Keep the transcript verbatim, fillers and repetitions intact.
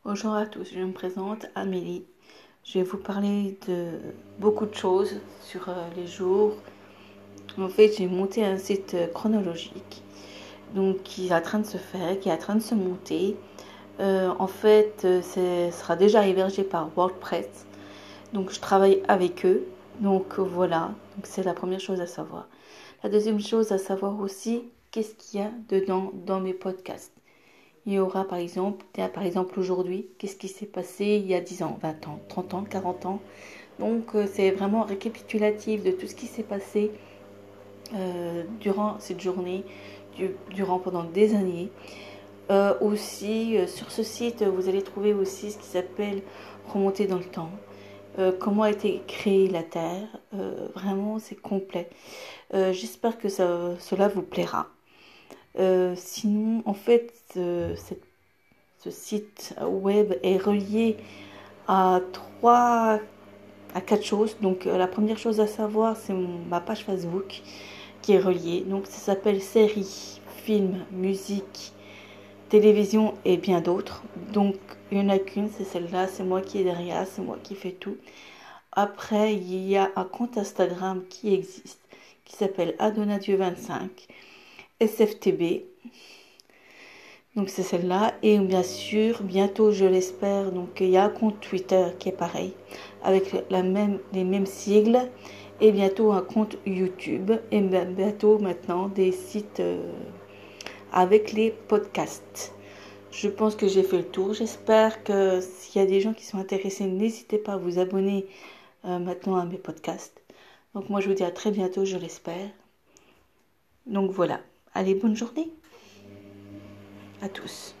Bonjour à tous, je me présente Amélie. Je vais vous parler de beaucoup de choses sur euh, les jours. En fait, j'ai monté un site euh, chronologique, donc qui est en train de se faire, qui est en train de se monter. Euh, en fait, euh, ce sera déjà hébergé par WordPress, donc je travaille avec eux. Donc euh, voilà, donc c'est la première chose à savoir. La deuxième chose à savoir aussi, qu'est-ce qu'il y a dedans dans mes podcasts. Il y aura par exemple, par exemple aujourd'hui, qu'est-ce qui s'est passé il y a dix ans, vingt ans, trente ans, quarante ans. Donc euh, c'est vraiment récapitulatif de tout ce qui s'est passé euh, durant cette journée, du, durant pendant des années. Euh, aussi, euh, sur ce site, vous allez trouver aussi ce qui s'appelle remonter dans le temps. Euh, comment a été créée la Terre. Euh, vraiment, c'est complet. Euh, j'espère que ça, cela vous plaira. Euh, sinon, en fait, euh, cette Ce site web est relié à trois, à quatre choses. Donc euh, la première chose à savoir, c'est mon- ma page Facebook qui est reliée. Donc ça s'appelle séries, films, musique, télévision et bien d'autres. Donc il n'y en a qu'une, c'est celle-là. C'est moi qui est derrière, c'est moi qui fais tout. Après, il y a un compte Instagram qui existe, qui s'appelle Adonadieu vingt-cinq, S F T B. Donc c'est celle-là. Et bien sûr, bientôt, je l'espère, donc il y a un compte Twitter qui est pareil, avec la même, les mêmes sigles. Et bientôt un compte YouTube. Et bientôt maintenant des sites euh, avec les podcasts. Je pense que j'ai fait le tour. J'espère que s'il y a des gens qui sont intéressés, n'hésitez pas à vous abonner euh, maintenant à mes podcasts. Donc moi je vous dis à très bientôt, je l'espère. Donc voilà. Allez, bonne journée à tous.